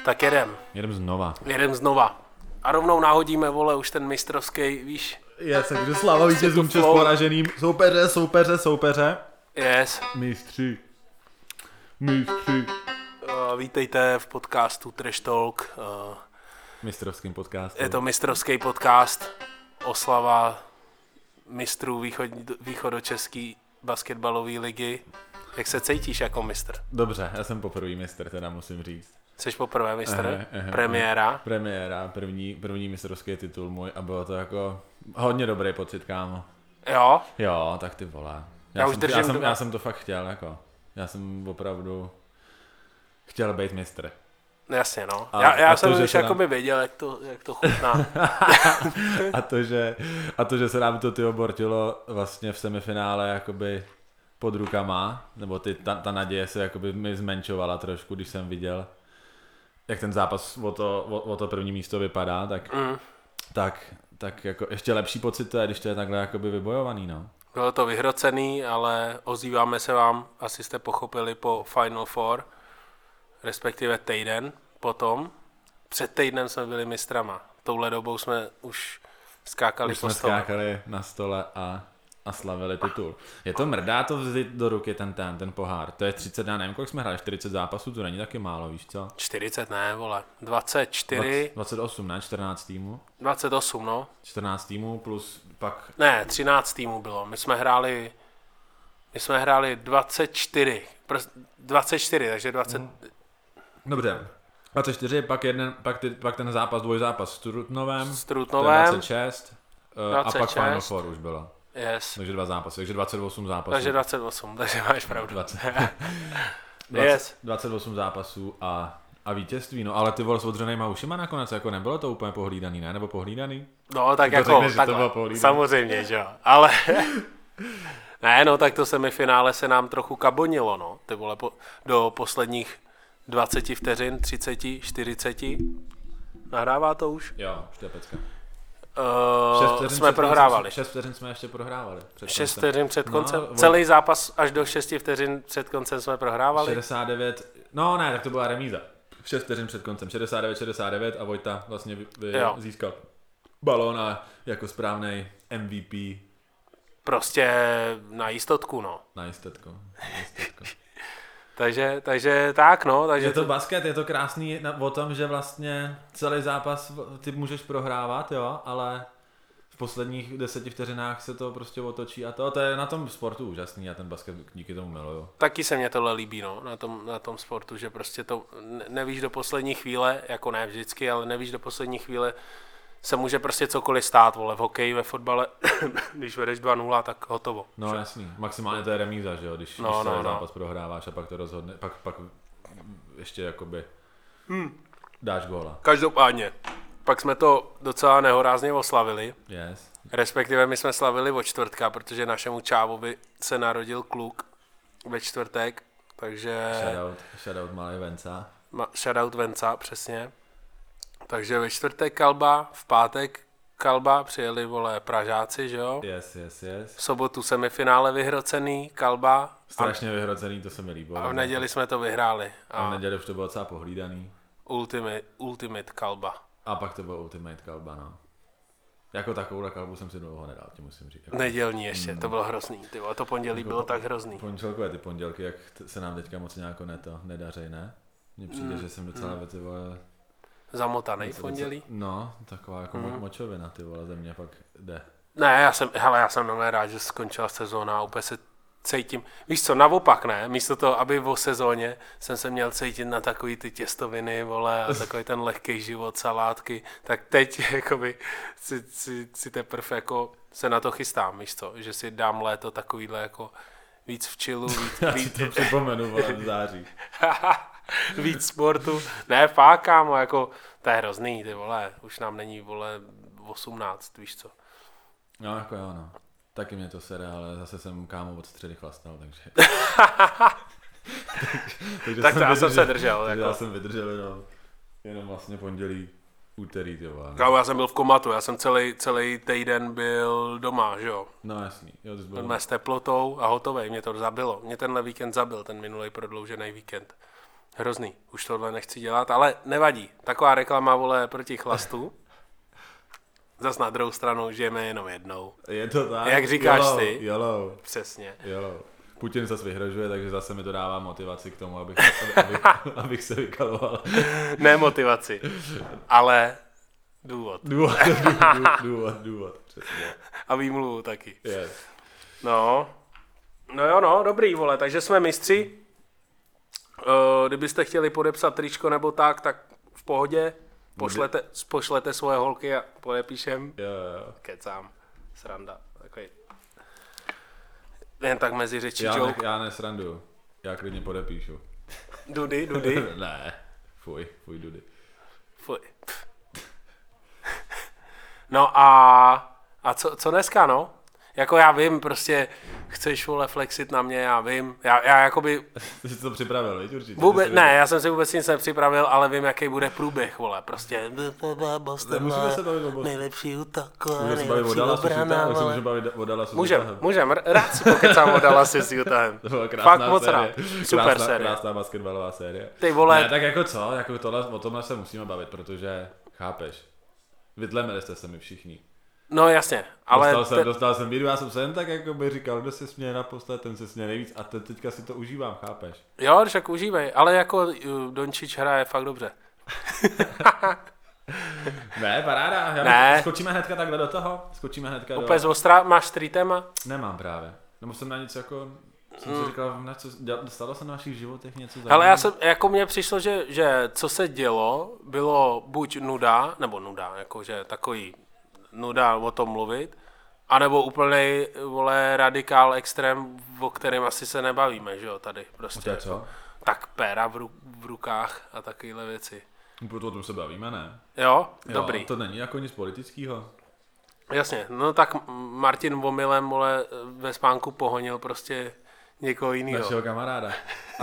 Tak jedem. Jedem znova. A rovnou nahodíme, vole, už ten mistrovský, víš. Takže sláva vítězům čest poraženým. Soupeře. Yes. Mistři. Vítejte v podcastu Trash Talk. Mistrovským podcastu. Je to mistrovský podcast. Oslava mistrů východočeský basketbalové ligy. Jak se cítíš jako mistr? Dobře, já jsem poprvý mistr, teda musím říct. Jsi poprvé mistr? Premiéra? Premiéra, první mistrovský titul můj a bylo to jako hodně dobrý pocit, kámo. Jo? Jo, tak ty vole. Já jsem to fakt chtěl, jako. Já jsem opravdu chtěl být mistr. Jasně, no. Já jsem už jakoby věděl, jak to chutná. a to, že se nám to obortilo vlastně v semifinále jakoby pod rukama, nebo ta naděje se jakoby mi zmenšovala trošku, když jsem viděl, jak ten zápas o to první místo vypadá, tak jako ještě lepší pocit to je, když to je takhle jakoby vybojovaný, no. Bylo to vyhrocený, ale ozýváme se vám, asi jste pochopili, po Final Four, respektive týden potom. Před týdnem jsme byli mistrama. Touhle dobou jsme už skákali po stole. Skákali na stole a slavili titul. Je to mrdá to vzít do ruky ten pohár. To je 30, já nevím, kolik jsme hráli, 40 zápasů, to není taky málo, víš co? 40 ne, vole. 24. 28, ne? 14 týmů. 28, no. 14 týmů plus pak... Ne, 13 týmů bylo. My jsme hráli 24. 24, takže 20... Dobře. 24, pak ten zápas, dvojzápas s Trutnovem. 26. A pak Final Four už bylo. Yes. Takže 2 zápasy, takže 28 zápasů. Takže 28, takže máš pravdu. 28 zápasů a vítězství, no ale ty vole s odřenýma ušima nakonec, jako nebylo to úplně pohlídaný, ne? Nebo pohlídaný? No tak jako, samozřejmě, že jo, ale... Ne, no tak to semifinále se nám trochu kabonilo, no. Ty vole, do posledních 20 vteřin, 30, 40. Nahrává to už? Jo, už to je pecka. Jsme prohrávali. 6 vteřin jsme ještě prohrávali. 6 vteřin před koncem? Celý zápas až do 6 vteřin před koncem jsme prohrávali? 69, no ne, tak to byla remíza. 6 vteřin před koncem, 69 a Vojta vlastně získal balón a jako správnej MVP. Prostě na jistotku, no. Na jistotku. takže tak, no. Takže je to basket, je to krásný o tom, že vlastně celý zápas ty můžeš prohrávat, jo, ale v posledních 10 vteřinách se to prostě otočí a to je na tom sportu úžasný, já ten basket díky tomu miluju. Taky se mně tohle líbí, no, na tom sportu, že prostě to nevíš do poslední chvíle, jako ne vždycky, ale nevíš do poslední chvíle, se může prostě cokoliv stát, vole, v hokeji, ve fotbale, když vedeš 2-0, tak hotovo. No jasný, maximálně to je remíza, že jo, když celý zápas prohráváš a pak to rozhodne, pak ještě jakoby dáš góla. Každopádně, pak jsme to docela nehorázně oslavili, yes. Respektive my jsme slavili od čtvrtka, protože našemu Čávovi se narodil kluk ve čtvrtek, takže... Shoutout malý Venca. Shoutout Venca, přesně. Takže ve čtvrtek kalba, v pátek kalba, přijeli, vole, Pražáci, že jo? Yes. V sobotu semifinále vyhrocený, kalba. Strašně vyhrocený, to se mi líbilo. A v neděli jsme to vyhráli. A v neděli už to bylo docela pohlídaný. Ultimate kalba. A pak to bylo Ultimate kalba, no. Jako takovouhle kalbu jsem si dlouho nedal, ti musím říct. Nedělní ještě, to bylo hrozný, ty vole, to pondělí bylo tak hrozný. Pondělkové ty pondělky, jak se nám teďka moc nějak nedaří, ne? Mně přijde, že jsem docela ty vole... Zamotanej v pondělí? No, taková jako močovina, ty vole, ze mě pak jde. Ne, já jsem normálně rád, že skončila sezóna a úplně se cítím, víš co, naopak ne, místo toho, aby o sezóně jsem se měl cítit na takový ty těstoviny, vole, a takový ten lehký život, salátky, tak teď jakoby si teprve jako se na to chystám, víš co, že si dám léto takovýhle jako víc v chillu, víc to připomenu, vole, v září. Víc sportu. Ne, fakt, kámo, jako, to je hrozný, ty vole, už nám není, vole, 18, víš co. No, jako jo, no. Taky mě to sere, ale zase jsem, kámo, od středy chlastal, takže... Tak to já jsem se držel, jako. Já jsem vydržel jenom vlastně pondělí, úterý, ty vole. Kámo, já jsem byl v komatu, já jsem celý týden byl doma, že jo. No jasný. Jo, ty jsi byl... S teplotou a hotovej, mě to zabilo. Mě tenhle víkend zabil, ten minulý prodloužený víkend. Hrozný, už tohle nechci dělat, ale nevadí. Taková reklama, vole, proti chlastu. Zas na druhou stranu žijeme jenom jednou. Je to tak? Jak říkáš jolo, ty? Jolo. Přesně. Jolo. Putin zase vyhrožuje, takže zase mi to dává motivaci k tomu, abych se vykaloval. Ne motivaci, ale důvod. Důvod, přesně. A výmluvu taky. Yes. No jo, no, dobrý, vole, takže jsme mistři. Kdybyste chtěli podepsat tričko nebo tak v pohodě. Pošlete svoje holky a podepíšem. Jo. Kecám. Sranda. Takový. Jen tak mezi řečí joke. Já nesranduju. Já klidně podepíšu. Dudy? Ne. Fuj, Dudy. Fuj. No a co dneska, no? Jako já vím, prostě chceš, vole, flexit na mě, já vím. Já jakoby... Ty jsi to připravil, víš, určitě? Ne, já jsem si vůbec nic nepřipravil, ale vím, jaký bude průběh, vole. Prostě Boston, nejlepší útok, nejlepší obrana, vole. Můžeme, rád si pokecám o Dallasi s Utahem. Fakt moc rád. Super série. Krásná basketbalová série. Ty vole. Ne, tak jako co? Jako tohle, o tomhle se musíme bavit, protože, chápeš, vytlemili jste se mi všichni. No jasně, ale... Dostal jsem bídu, já jsem se jen tak jako by říkal, kdo se směje naposled, ten se směje nejvíc a teďka si to užívám, chápeš? Jo, však užívej, ale jako Dončič hraje fakt dobře. Ne, paráda, skočíme hnedka takhle do toho, Úplně z ostra, máš streetema? Nemám právě, nebo jsem na nic jako... Jsem si říkal, stalo se na našich životech něco zajímavého? Ale mně přišlo, že co se dělo, bylo buď nuda, jakože takový nuda o tom mluvit, anebo úplnej, vole, radikál extrém, o kterém asi se nebavíme, že jo, tady prostě. Co? Tak péra v rukách a takovéhle věci. O tom se bavíme, ne? Jo, dobrý. To není jako nic politického. Jasně, no tak Martin omylem, vole, ve spánku pohonil prostě někoho jiného. Našeho kamaráda.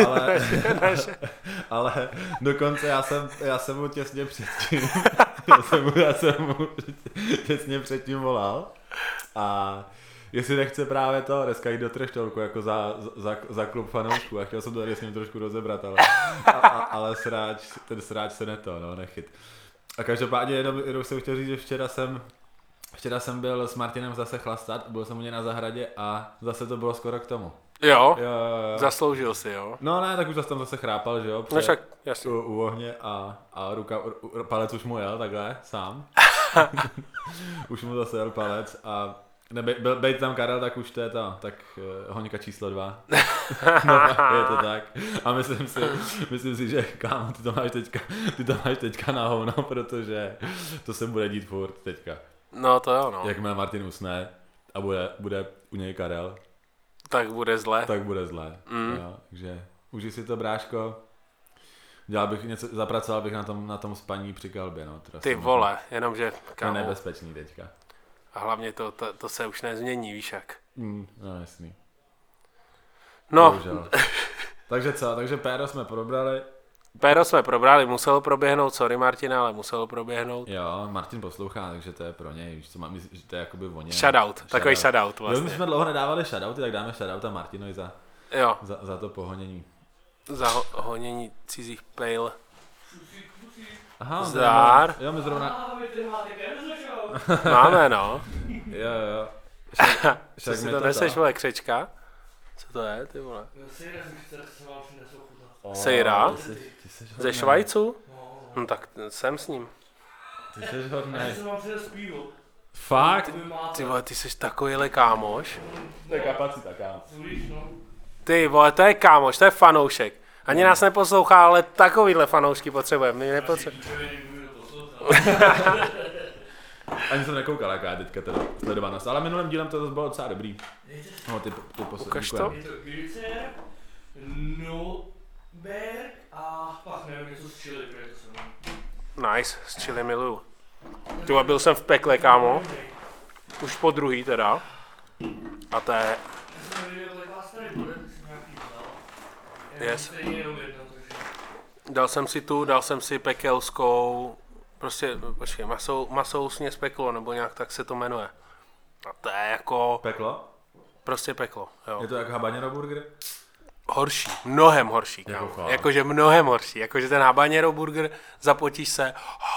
Ale dokonce já jsem mu těsně předtím já jsem mu těsně předtím volal a jestli nechce právě to dneska jít do treštolku jako za klub fanoušků a chtěl jsem to tady s ním trošku rozebrat, ale ten sráč se nechyt. A každopádně jenom jsem chtěl říct, že včera jsem byl s Martinem zase chlastat, byl jsem u něj na zahradě a zase to bylo skoro k tomu. Jo. Zasloužil si, jo. No ne, tak už tam zase chrápal, že jo, no však, jasně. U ohně a palec už mu jel takhle, sám. Už mu zase jel palec a bejt tam Karel, tak už to je to, tak hoňka číslo 2. No, je to tak. A myslím si, že kámo, ty to máš teďka na hovno, protože to se bude dít furt teďka. No to jo, no. Jakmile Martin usne a bude u něj Karel, tak bude zle. Jo, takže užij si to, bráško. Zapracoval bych na tom spaní při kalbě, no. Ty vole, jenomže kámo. To je nebezpečný teďka. A hlavně to se už nezmění, víš jak. No jasný. No. Takže co? Takže Péro jsme probrali. Muselo proběhnout, sorry Martina, ale muselo proběhnout. Jo, Martin poslouchá, takže to je pro něj, víš co, že to je jakoby o něm. Takový shoutout vlastně. My jsme dlouho nedávali shoutouty, tak dáme shoutouta Martinovi za to pohonění. Za honění cizích pejl. Aha, zdar. Jo, my zrovna... Máme, no. Jo. Co si to neseš, vole, křečka? Co to je, ty vole? Sejra? Ze Švajcu? No tak jsem s ním. Ty jsi hodnej. Já jsem vám přines pivo. Fakt? Ty vole, ty jsi takovýhle kámoš. To je kapacita, kámo. Ty vole, to je kámoš, to je fanoušek. Ani nás neposlouchá, ale takovýhle fanoušky potřebujeme. My nepotřebujeme. Ani jsem nekoukal, jaká je teďka teda sledovanost, ale minulým dílem to zase bylo docela dobrý. No, ty ukaž to. Je to Gilcer, Nürnberg a pak nevím, něco z Chile, Nice, z Chile miluju. Tyhle, byl jsem v pekle, kámo. Už po druhý teda. A to je... Yes. Dal jsem si pekelskou, prostě, počkej, masou směs peklo, nebo nějak tak se to jmenuje. A to je jako... Peklo? Prostě peklo, jo. Je to jak habanero burger? Horší, mnohem horší, kámo. Jakože mnohem horší. Jakože ten habanero burger, zapotíš se,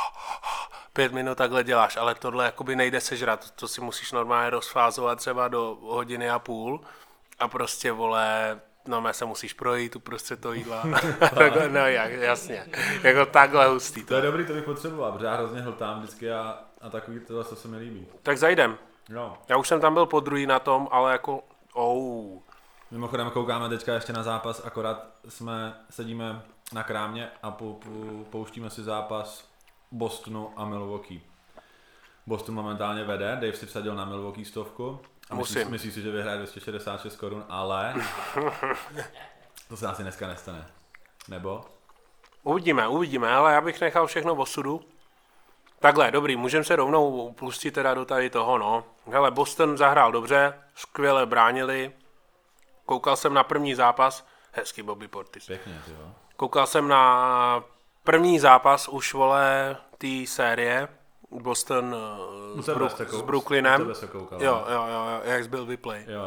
5 minut takhle děláš, ale tohle jakoby nejde sežrat. To si musíš normálně rozfázovat třeba do 1,5 hodiny a prostě, vole, no se musíš projít uprostřed toho jídla. No jasně, jako takhle hustý. To je dobrý, to bych potřeboval, protože já hrozně hltám vždycky a takový tohle se mi líbí. Tak zajdem. No. Já už jsem tam byl podruhý na tom, ale jako, Mimochodem koukáme teďka ještě na zápas, akorát sedíme na krámě a pouštíme si zápas Bostonu a Milwaukee. Boston momentálně vede, Dave si vsadil na Milwaukee 100 a myslí si, že vyhraje 266 korun, ale to se asi dneska nestane. Nebo? Uvidíme, ale já bych nechal všechno v osudu. Takhle, dobrý, můžeme se rovnou pustit teda do tady toho, no. Hele, Boston zahrál dobře, skvěle bránili. Koukal jsem na první zápas, hezky Bobby Portis. Pěkně, ty jo. Koukal jsem na první zápas už, vole, té série Boston s Brooklynem. Jo, jak byl vyplay. Jo.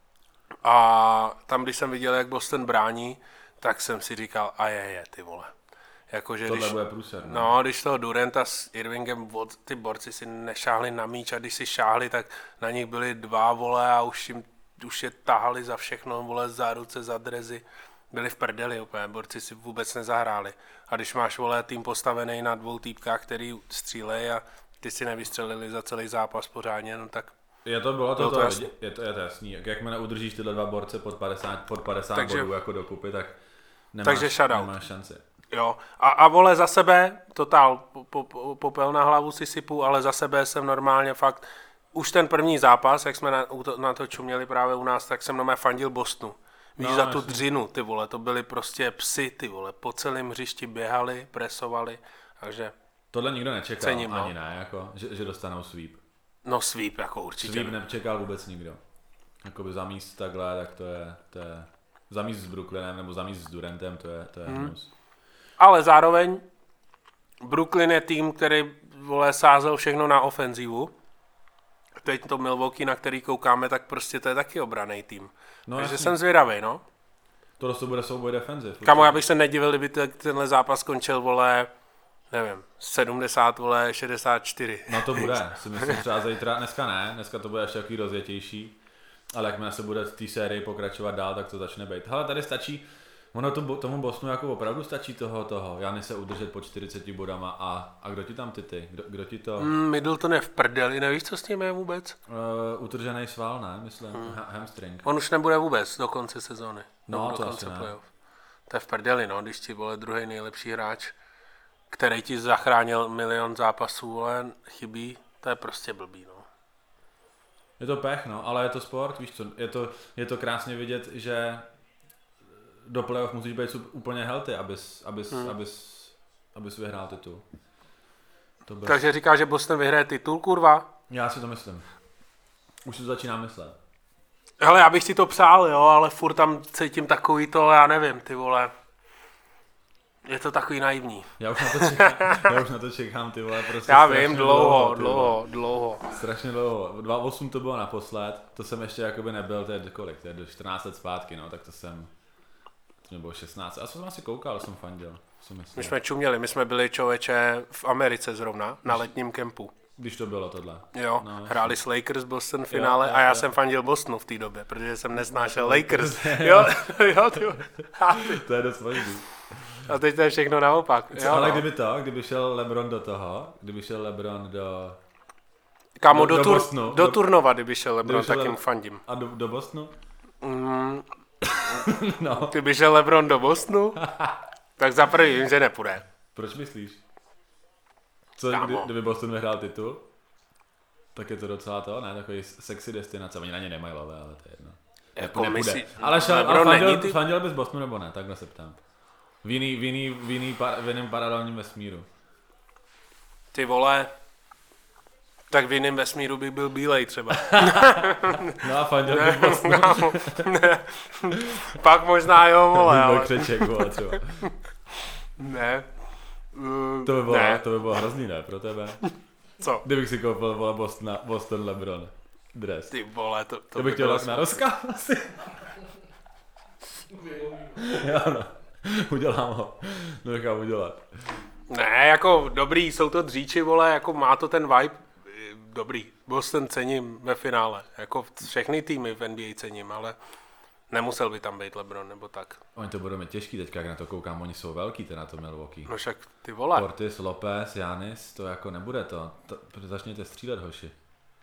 A tam, když jsem viděl, jak Boston brání, tak jsem si říkal, ty vole. Jakože tohle bude průser, ne? No, když toho Duranta s Irvingem, ty borci si nešáhli na míč a když si šáhli, tak na nich byli 2, vole, a už je tahali za všechno, vole, za ruce, za drezy. Byli v prdeli úplně, borci si vůbec nezahráli. A když máš, vole, tým postavený na 2 týpkách, který střílejí a ty si nevystřelili za celý zápas pořádně, no tak... Bylo to jasný. Jakmile udržíš tyhle 2 borce pod 50 bodů jako dokupy, tak nemáš šanci. Jo, a vole, za sebe, totál popel na hlavu si sypu, ale za sebe jsem normálně fakt, už ten první zápas, jak jsme na to čuměli právě u nás, tak jsem normálně fandil Bostonu. Víš, za tu dřinu, ty vole, to byly prostě psy, ty vole, po celém hřišti běhali, presovali, takže... Tohle nikdo nečekal, ani ne, jako, že dostanou sweep. No sweep, jako určitě. Sweep nečekal vůbec nikdo. Jakoby zamíst takhle, tak to je zamíst s Brooklynem nebo zamíst s Durantem, to je hnus. Ale zároveň Brooklyn je tým, který, vole, sázel všechno na ofenzivu. Teď to Milwaukee, na který koukáme, tak prostě to je taky obranný tým. No, takže jsem zvědavej, no. Tohle to bude souboj defenziv. Kamo, já bych se nedivil, kdyby tenhle zápas skončil, vole, nevím, 70, vole, 64. No to bude, si myslím, třeba zítra, dneska to bude ještě takový rozjetější, ale jakmile se bude v té sérii pokračovat dál, tak to začne být. Hele, tady stačí, tomu Bostonu jako opravdu stačí toho, Jany se udržet po 40 bodama a kdo ti tam ty? Kdo ti to... Middleton je v prdeli, nevíš, co s tím je vůbec? Utržený sval, ne? Myslím, hamstring. On už nebude vůbec do konce sezóny. No, to asi ne. To je v prdeli, no, když ti, vole, druhý nejlepší hráč, který ti zachránil 1 000 000 zápasů, vole, chybí, to je prostě blbý, no. Je to pech, no, ale je to sport, víš co, je to krásně vidět, že do playoff musíš být úplně healthy, abys vyhrál titul. Takže říkáš, že Boston vyhraje titul, kurva? Já si to myslím. Už si to začínám myslet. Hele, já bych si to přál, jo, ale furt tam cítím takový to, já nevím, ty vole. Je to takový naivní. Já už na to čekám, ty vole, prostě. Já vím, dlouho. Strašně dlouho. 2.8 to bylo naposled, to jsem ještě jakoby nebyl, to je kolik, to je 14 let zpátky, no, tak to bylo 16. Já jsem asi koukal, jsem fandil. My jsme čuměli, my jsme byli, člověče, v Americe zrovna, na letním kempu. Když to bylo tohle. Jo, no, hráli s Lakers Boston finále a já jsem fandil Bostonu v té době, protože jsem nesnášel Lakers. Jo, to je dost možný. A teď to je všechno naopak. Jo, ale kdyby šel LeBron do... Kámo, do Turnova, kdyby šel LeBron, tak jim fandím. A do Bostonu? No. Kdyby šel LeBron do Bostonu, tak za první vím, že nepůjde. Proč myslíš? Kdyby Boston vyhrál titul, tak je to docela to, ne? Takový sexy destinace. Oni na ně nemají lové, ale to je jedno. Jako nepůjde. Ale fandil bys Bostonu nebo ne? Takhle se ptám. V jiným paralelním vesmíru. Ty vole, tak v jiném vesmíru bych byl bílej třeba. No a fandil bych Bostonu. Ne. Pak možná jo, vole, ale... Křeček, vole, třeba. Ne. To by bylo hrozný, ne, pro tebe? Co? Kdybych si koupil, vole, Boston LeBron dress. Ty vole, to bych chtěl na rozkaz asi. Jo, no. Udělám ho. Nechám udělat. Ne, jako dobrý, jsou to dříči, vole, jako má to ten vibe, dobrý. Boston cením ve finále, jako všechny týmy v NBA cením, ale nemusel by tam být LeBron nebo tak. Oni to budou mít těžký teďka, jak na to koukám, oni jsou velký teda to Milwaukee. No však ty vole. Portis, Lopez, Giannis, to jako nebude to začněte střílet, hoši.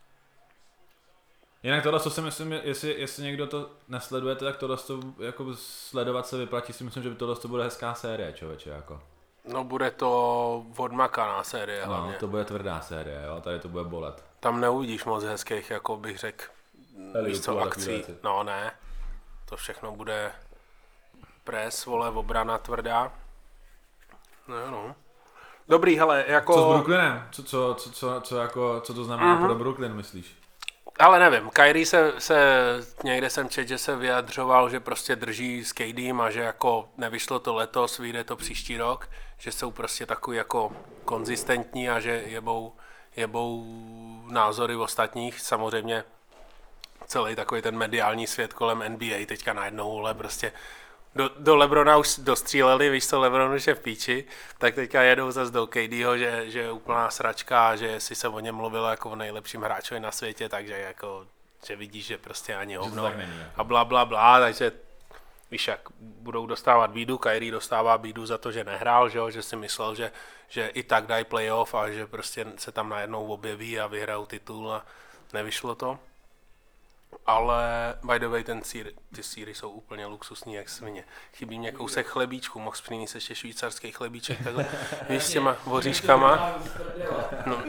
Jinak tohle, co si myslím, jestli někdo to nesledujete, tak tohle jako sledovat se vyplatí, si myslím, že tohle bude hezká série, člověče, jako. No bude to odmakaná série hlavně. No, to bude tvrdá série, jo, tady to bude bolet. Tam neuvidíš moc hezkých, jako bych řekl, víš co, akcí. No ne, to všechno bude pres, vole, obrana tvrdá. No jo, no. Dobrý, hele, jako... Co s Brooklynem? Co to znamená pro Brooklyn, myslíš? Ale nevím, Kyrie se někde jsem četl, že se vyjadřoval, že prostě drží s KDem a že jako nevyšlo to letos, vyjde to příští rok, že jsou prostě takový jako konzistentní a že jebou názory ostatních. Samozřejmě celý takový ten mediální svět kolem NBA teďka najednou, ale prostě do LeBrona už dostříleli, víš co, LeBron už je v píči, tak teďka jedou zase do KDho, že je úplná sračka a že si se o něm mluvilo jako o nejlepším hráčovi na světě, takže jako, že vidíš, že prostě ani hovno a bla bla bla, takže víš jak, budou dostávat bídu, Kyrie dostává bídu za to, že nehrál, že si myslel, že i tak dají playoff a že prostě se tam najednou objeví a vyhrajou titul a nevyšlo to. Ale by the way, ty sýry jsou úplně luxusní jak svině. Chybí mě kousek chlebíčku, mohl přinést ještě švýcarský chlebíček, takhle, víš, s těma voříškama. No.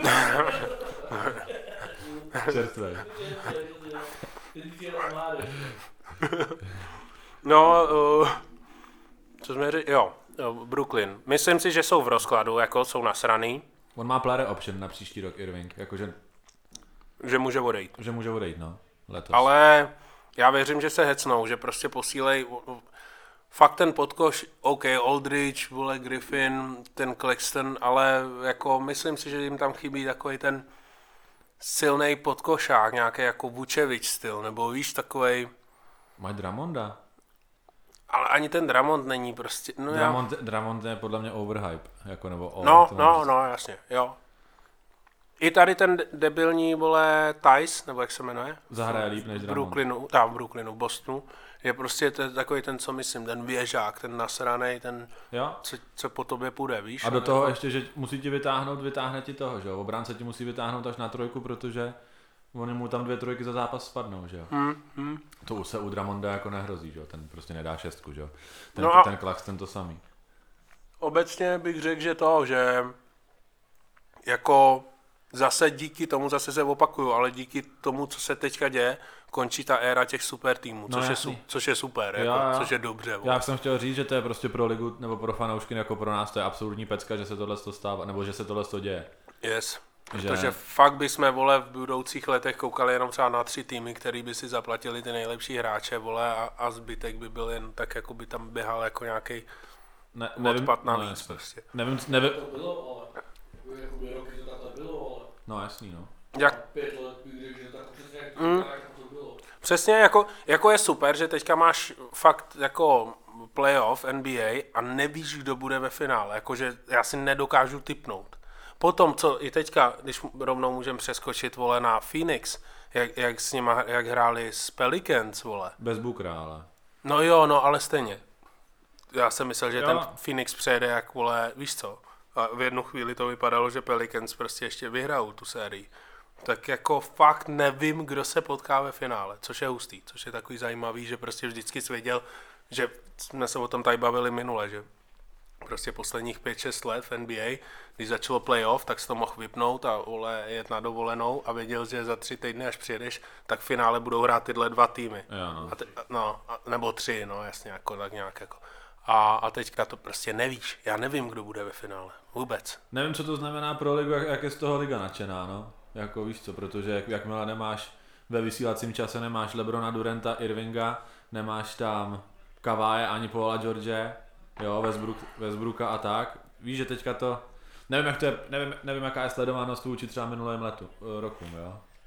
Čerstvé. No, co jsme řekli, jo, Brooklyn. Myslím si, že jsou v rozkladu, jako jsou nasraný. On má player option na příští rok, Irving, jakože... Že může odejít. Že může odejít, no. Letos. Ale já věřím, že se hecnou, že prostě posílej fakt ten podkoš, OK, Aldridge, vole Griffin, ten Claxton, ale jako myslím si, že jim tam chybí takový ten silný podkošák, nějaký jako Vučevič styl, nebo víš, takovej... Mají Drummonda. Ale ani ten Drummond není prostě... No Drummond je podle mě overhype, jako nebo... No, jasně, jo. I tady ten debilní, vole, Tice, nebo jak se jmenuje? Zahraje líp než Drummond. V Brooklynu, v Bostonu. Je prostě takový ten, co myslím, ten věžák, ten nasranej, ten, co po tobě půjde, víš? A do toho ještě, že musí ti vytáhne ti toho, že jo? Obránce ti musí vytáhnout až na trojku, protože oni mu tam 2 trojky za zápas spadnou, že jo? To už se u Drummonda jako nehrozí, že jo? Ten prostě nedá 6, že jo? Ten Claxton to samý. Obecně bych řekl, že jako zase díky tomu, zase se opakuju, ale díky tomu, co se teďka děje, končí ta éra těch super týmů, což je super, jako, což je dobře. Já jsem chtěl říct, že to je prostě pro ligu nebo pro fanoušky, jako pro nás to je absolutní pecka, že se tohle stává, nebo že se tohle děje. Yes. Protože fakt bychom, vole, v budoucích letech koukali jenom třeba na 3 týmy, který by si zaplatili ty nejlepší hráče, vole, a zbytek by byl jen tak, jako by tam běhal jako nějaký odpad navíc. Prostě. Nevím. To bylo, ale jakoby roky to takhle bylo, ale... No jasný, no. Jak? 5 let, že tak přesně jak to bylo. Přesně, jako je super, že teďka máš fakt jako playoff NBA a nevíš, kdo bude ve finále, jakože já si nedokážu tipnout. Potom, co i teďka, když rovnou můžeme přeskočit, vole, na Phoenix, jak s nima, jak hráli s Pelicans, vole. Bez Bookera, ale. No jo, no, ale stejně. Já jsem myslel, že ten Phoenix přejede jak, vole, víš co. A v jednu chvíli to vypadalo, že Pelicans prostě ještě vyhrajou tu sérii. Tak jako fakt nevím, kdo se potká ve finále, což je hustý, což je takový zajímavý, že prostě vždycky jsi věděl, že jsme se o tom tady bavili minule, že prostě posledních 5-6 let v NBA, když začalo playoff, tak si to mohl vypnout a jet na dovolenou a věděl, že za 3 týdny, až přijedeš, tak v finále budou hrát tyhle 2 týmy. Jo, no. Nebo 3, no jasně, jako, tak nějak jako. A teďka to prostě nevíš. Já nevím, kdo bude ve finále. Vůbec. Nevím, co to znamená pro ligu, jak je z toho liga nadšená, no. Jako víš co, protože jakmile nemáš ve vysílacím čase, nemáš LeBrona, Duranta, Irvinga, nemáš tam Kawhi'e ani Paula George, jo, Westbrooka a tak. Víš, že teďka to, nevím, jaká je sledovanost vůči třeba minulém roku, jo.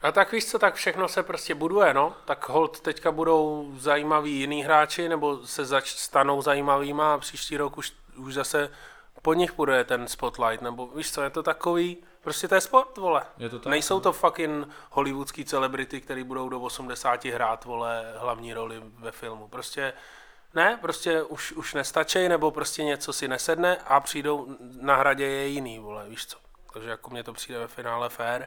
A tak víš co, tak všechno se prostě buduje, no. Tak hold teďka budou zajímaví jiný hráči, nebo se stanou zajímavýma a příští rok už zase po nich bude ten spotlight, nebo víš co, je to takový, prostě to je sport, vole. Je to tak, Nejsou to fucking hollywoodský celebrity, který budou do 80 hrát, vole, hlavní roli ve filmu. Prostě ne, prostě už nestačí, nebo prostě něco si nesedne a přijdou na hradě je jiný, vole, víš co. Takže jako mně to přijde ve finále fair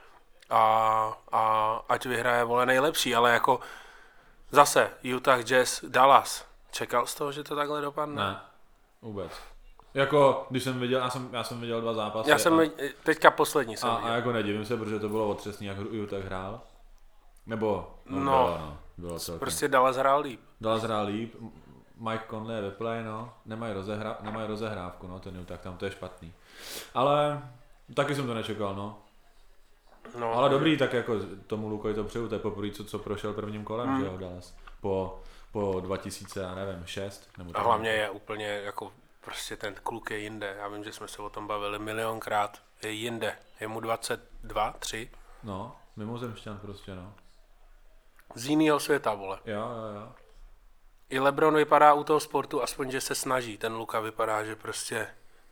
a ať vyhraje, vole, nejlepší, ale jako zase Utah Jazz, Dallas. Čekal jsi toho, že to takhle dopadne? Ne, vůbec. Jako, když jsem viděl, já jsem viděl 2 zápasy. Já jsem teďka poslední jsem a jako nedivím se, protože to bylo otřesný, jak Utah hrál. Nebo, bylo celkem. Prostě Dallas hrál líp. Dallas hrál líp, Mike Conley je ve play, no, nemají rozehrávku, no, ten Utah tam, to je špatný. Ale taky jsem to nečekal, no. No, Ale dobrý, tak jako tomu Lukovi to přeju, to je poprvé, co prošel prvním kolem, že jo, Dallas. Po 2000, já nevím, 6. Nebo a hlavně je úplně jako, prostě ten kluk je jinde. Já vím, že jsme se o tom bavili milionkrát. Je jinde. Je mu 22, 3. No, mimozemšťan prostě, no. Z jiného světa, vole. Jo. I LeBron vypadá u toho sportu, aspoň, že se snaží. Ten Luka vypadá, že prostě...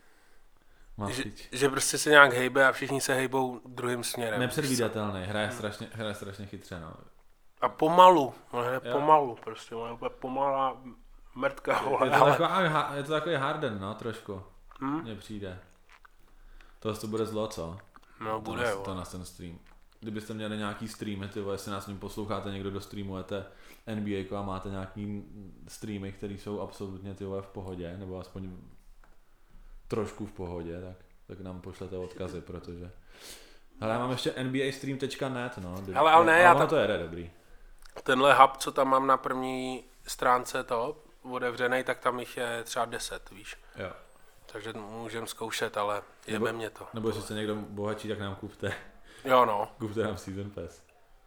Že prostě se nějak hejbe a všichni se hejbou druhým směrem. Nepředvídatelný, hraje strašně chytře, no. A pomalu, pomalu prostě, je pomalá mrtka, vole. Je to takový Harden, no, trošku, mně přijde. To bude zlo, co? No, bude, to na ten stream. Kdybyste měli nějaký streamy, ty vole, jestli nás ním posloucháte, někdo do streamujete NBA a máte nějaký streamy, které jsou absolutně, ty vole, v pohodě, nebo aspoň trošku v pohodě, tak nám pošlete odkazy, protože... Hele, já mám ještě nbastream.net, no. Ale ne, to jede dobrý. Tenhle hub, co tam mám na první stránce to, otevřenej, tak tam jich je třeba 10, víš. Jo. Takže můžeme zkoušet, ale jebe mě to. Nebo jestli jste někdo bohatší, tak nám kupte. Jo, no. Kupte nám Season Pass.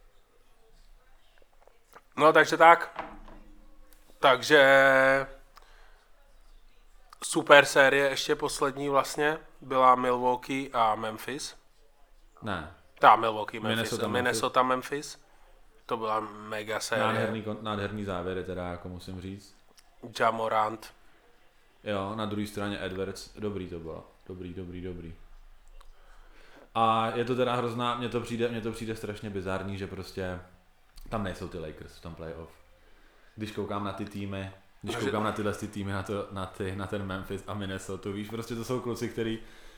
No, takže tak. Takže... Super série, ještě poslední vlastně, byla Milwaukee a Memphis. Ne. Milwaukee, Minnesota, Memphis. To byla mega série. Nádherný závěry teda, jako musím říct. Ja Morant. Jo, na druhé straně Edwards. Dobrý to bylo. Dobrý. A je to teda hrozná, mně to přijde strašně bizarní, že prostě tam nejsou ty Lakers v tom playoff. Když koukám na ty týmy, koukám na tyhle týmy, na ten Memphis a Minnesota, víš, prostě to jsou kluci, který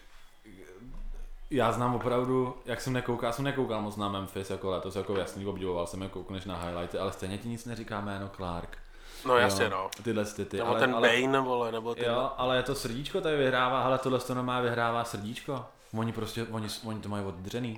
já znám opravdu, jak jsem nekoukal moc na Memphis jako letos, jako jasný, obdivoval jsem je, koukneš na highlighty, ale stejně ti nic neříká jméno Clark. No jasně, no. Tyhle ty. Nebo ten Bane, vole, nebo ty. Jo, ale to srdíčko tady vyhrává, hele, tohle to normálně vyhrává srdíčko. Oni to mají oddřený.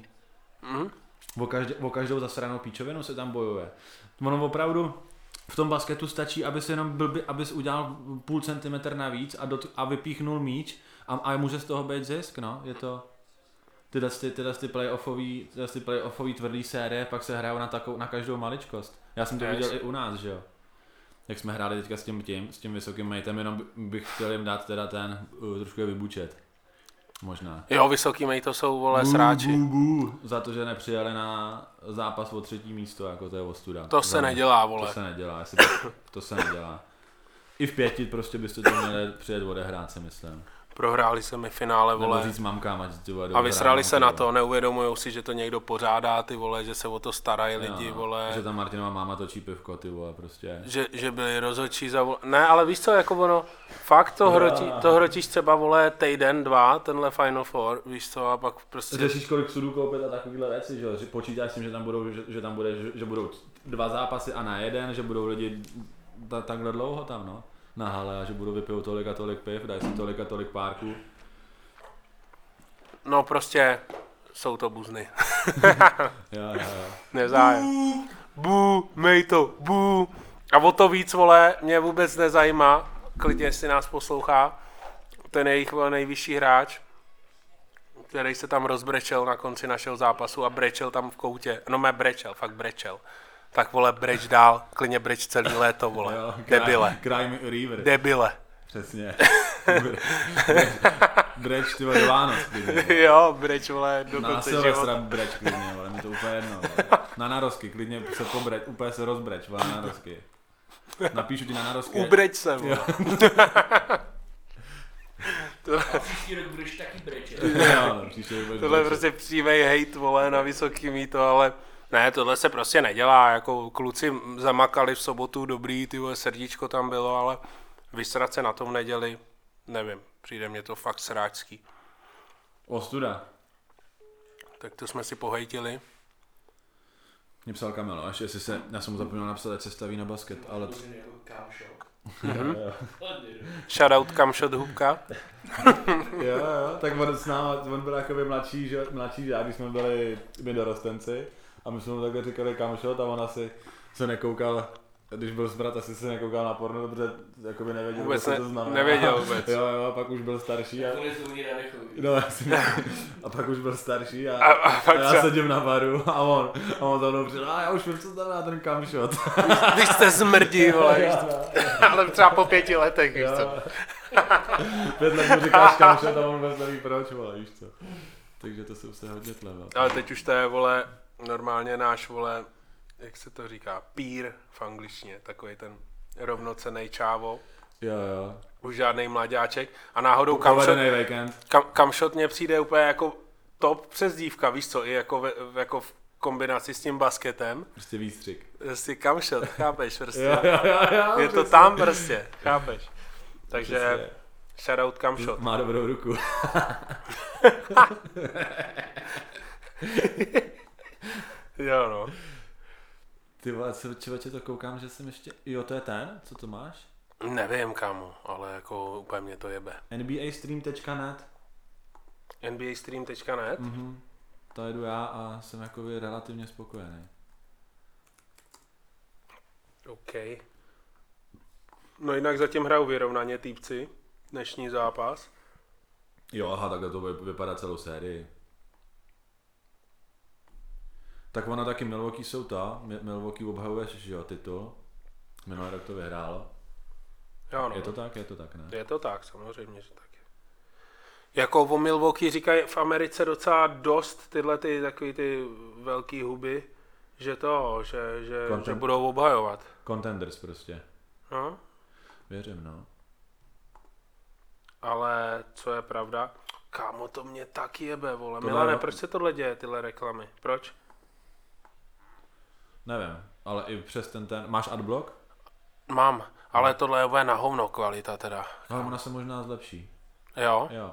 O každou zasranou píčovinu se tam bojuje. Ono opravdu v tom basketu stačí, abys udělal půl centimetr navíc a vypíchnul míč a může z toho být zisk, no. Je to tyhle playoffový tvrdý série, pak se hrajou na každou maličkost. Já jsem to viděl i u nás, že jo. Jak jsme hráli teďka s tím vysokým matem, jenom bych chtěl jim dát teda ten trošku je vybučet. Možná. Jo, vysoký mate to jsou, vole, sráči. Za to, že nepřijeli na zápas o 3. místo, jako to je ostuda. To se nedělá, vole. To se nedělá. I v 5 prostě byste to měli přijet odehrát, si myslím. Prohráli semifinále, vole. Nebo říct mamkám, ať ty vole. A vysrali se na to, neuvědomujou si, že to někdo pořádá, ty vole, že se o to starají lidi, vole. Že tam Martinova máma točí pivko, ty vole, prostě. Že byli rozhodčí za, vole. Ne, ale víš co, jako ono, fakt to hrotíš třeba, vole, týden, 2, tenhle Final Four, víš co, a pak prostě... Řešíš, kolik sudů koupit a takovýhle věci, že počítáš s tím, že budou 2 zápasy a na jeden, že budou lidi takhle dlouho tam, no. Na hale a že budu vypijou tolik a tolik piv, dají si tolik a tolik párků. No prostě jsou to buzny. jo. Nezájem. Bů, mejto, bů. A o to víc, vole, mě vůbec nezajímá, klidně jestli nás poslouchá, ten jejich nejvyšší hráč, který se tam rozbrečel na konci našeho zápasu a brečel tam v koutě. No fakt brečel. Tak vole, breč dál, klidně breč celý léto, vole. Jo, Debile. Crime River. Debile. Přesně. Breč, ty vole, do Vánoc. Jo, breč, vole, do Na konce Silvestra života. breč klidně, vole, mi to úplně jedno. Vole. Na narozky, klidně se pobreč, úplně se rozbreč, vole, na narozky. Napíšu ti na narozky. Ubreč se, vole. A příští rok budeš taky brečet. Jo, no, příště budeš Tohle je brečet. prostě přímej hejt, vole, na vysoký mýto, ale ne, tohle se prostě nedělá, jako kluci zamakali v sobotu, dobrý, ty vole, srdíčko tam bylo, ale vysrat se na tom v neděli, nevím, přijde mně to fakt sráčský. Ostuda. Tak to jsme si pohejtili. Mě psal Kamil, až jestli se, já jsem mu zapomněl napsat, ať se staví na basket, ale... Jako kámošo. Shoutout Kamšot Hubka. Jo, tak on s náma, on byl jakoby mladší žák, když jsme byli my dorostenci a my jsme mu takhle říkali Kamšot a on asi se nekoukal, když byl zbrat, asi se nekoukal na porno, protože jakoby nevěděl, Vůbec co to znamená. nevěděl vůbec. Jo, a pak už byl starší a... To nezvoní Radechovi. No, a pak už byl starší a pak já třeba- sedím na baru a on za mnou přijel, já už vím, co znamená ten Kamšot. Když jste zmrdí, vole, víš to. Ale třeba po 5 letech, víš co. 5 let mu říkáš Kamšot a on vůbec neví proč, vole, víš co. Takže to jsou se hodně tleva. Ale teď už to je, vole, normálně náš, vole, jak se to říká, peer v angličtině, takový ten rovnocenný čávo. Jo. Už žádný mladáček. A náhodou Kamšot, Povedený víkend. Kamšot mně přijde úplně jako top přezdívka, víš co, i jako, jako v kombinaci s tím basketem. Prostě výstřik. Prostě Kamšot, chápeš, prostě. Jo, Je to tam prostě, chápeš. Takže shoutout Kamšot. Má dobrou ruku. Jo no. Ty vole, člověče, to koukám, že jsem ještě... Jo, to je ten? Co to máš? Nevím kamu, ale jako úplně mě to jebe. NBAstream.net NBAstream.net To jedu já a jsem jako relativně spokojený. OK. No jinak zatím hrajou vyrovnaně týpci, dnešní zápas. Jo, aha, takhle to vypadá celou sérii. Tak ono taky Milwaukee jsou to. Milwaukee obhajuje, že jo, titul. Minulý rok to vyhrálo. Jo, no. Je to tak, ne? Je to tak, samozřejmě, že tak je. Jako o Milwaukee říkají v Americe docela dost tyhle ty takový ty velký huby, že to, že budou obhajovat. Contenders prostě. No, Věřím, no. ale co je pravda, kámo, to mě taky jebe, vole. Tohle Milane, je- proč se tohle děje, tyhle reklamy? Proč? Nevím, ale i přes ten... Máš adblock? Mám, ale tohle je úplně na hovno kvalita teda. Ale ona se možná zlepší. Jo? Jo.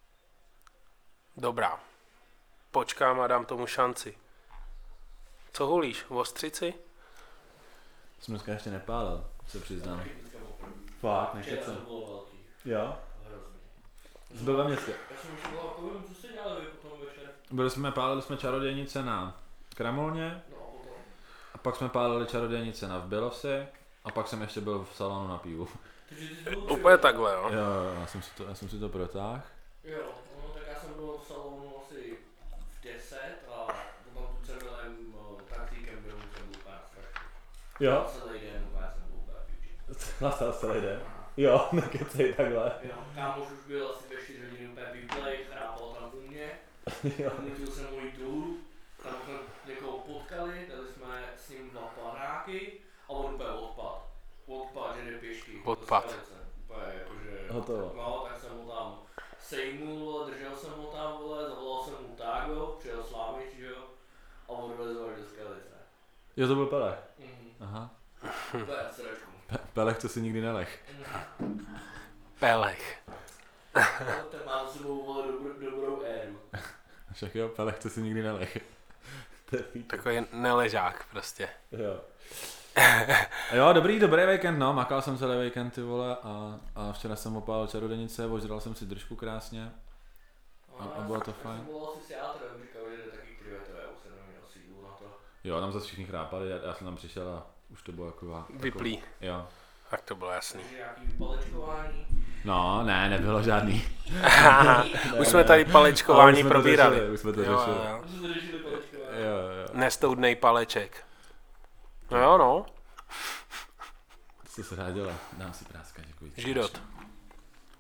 Dobrá. Počkám a dám tomu šanci. Co hulíš? V ostřici? Jsem dneska ještě nepálil, se přiznám. Fakt, Včera nekecem. to bylo velký. Jo? Hrozný. Byl ve městě. Já jsem už byl jako, co jste dělali vy potom večer? Pálili jsme čarodějnice na Kramolně, No a potom. a pak jsme pálili čarodějnice na Vbilovsi, a pak jsem ještě byl v salonu na pivu. Takže ty jsi byl Úplně takhle, jo. Jo, já jsem si to protáhl. Jo, no tak já jsem byl v salonu asi v 10 a potom tu celém taxíkem byl jsem byl úplně strašný. Jo? Celý den úplně jsem byl úplně píči. Nastal celý den. Jo, nekecej takhle. Jo, kámoš už byl asi 2-4 hodiny úplně vyplej, chrápal tam u mě. Jo. Nutil jsem můj tour, tam jsme někoho potkali, dali jsme s ním 2 panáky a on úplně odpad, že jde pěšky. Odpad. Do Skalice. Úplně jakože, Hotovo. no, tak jsem ho tam sejmul, držel jsem ho tam, vole, zavolal jsem mu Tágo, přijel Slámič, že jo, a odvezl až do Skalice. Jo, to byl Pelech. Aha. Úplně sračku. Pelech, co si nikdy nelech. Pelech. Ten má za sebou, vole, dobrou éru. Však jo, Pelech, co si nikdy nelech. To je fíč. Takový neležák prostě. Jo. Jo, dobrý víkend, no, makal jsem celý víkend, ty vole, a včera jsem opálil čarodějnice, ožral jsem si držku krásně. A bylo to fajn. Já jsem volal si s játrem, říkal, že jde taky krivetové, už jsem neměl sílu na to. Jo, tam zase všichni chrápali, já jsem tam přišel a už to bylo jako... Vyplý. Jo. Tak to bylo jasný. Takže nějaký vypalečkování. No, ne, nebylo žádný. Už jsme tady palečkování probírali. Už jsme to Jo, řešili. jo. Už jsme řešili palečkování. Jo. Nestoudnej paleček. No jo, no. Co se dá dělat? Dám si práska, děkuji. Židot.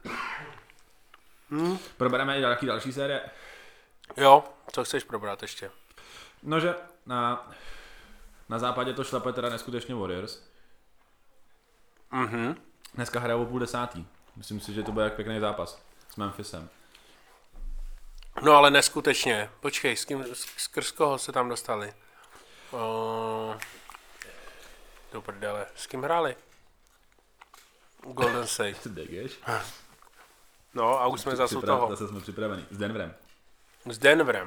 Probereme i další série. Jo, co chceš probrat ještě? No, že na západě to šlape teda neskutečně Warriors. Mhm. Dneska hrajou o 9:30. Myslím si, že to bude jak pěkný zápas s Memphisem. No ale neskutečně. Počkej, skrz koho se tam dostali? Do prdele. S kým hráli? Golden State. Degeš? No a už jsme zase u toho. Zase jsme připraveni. S Denverem. S Denverem.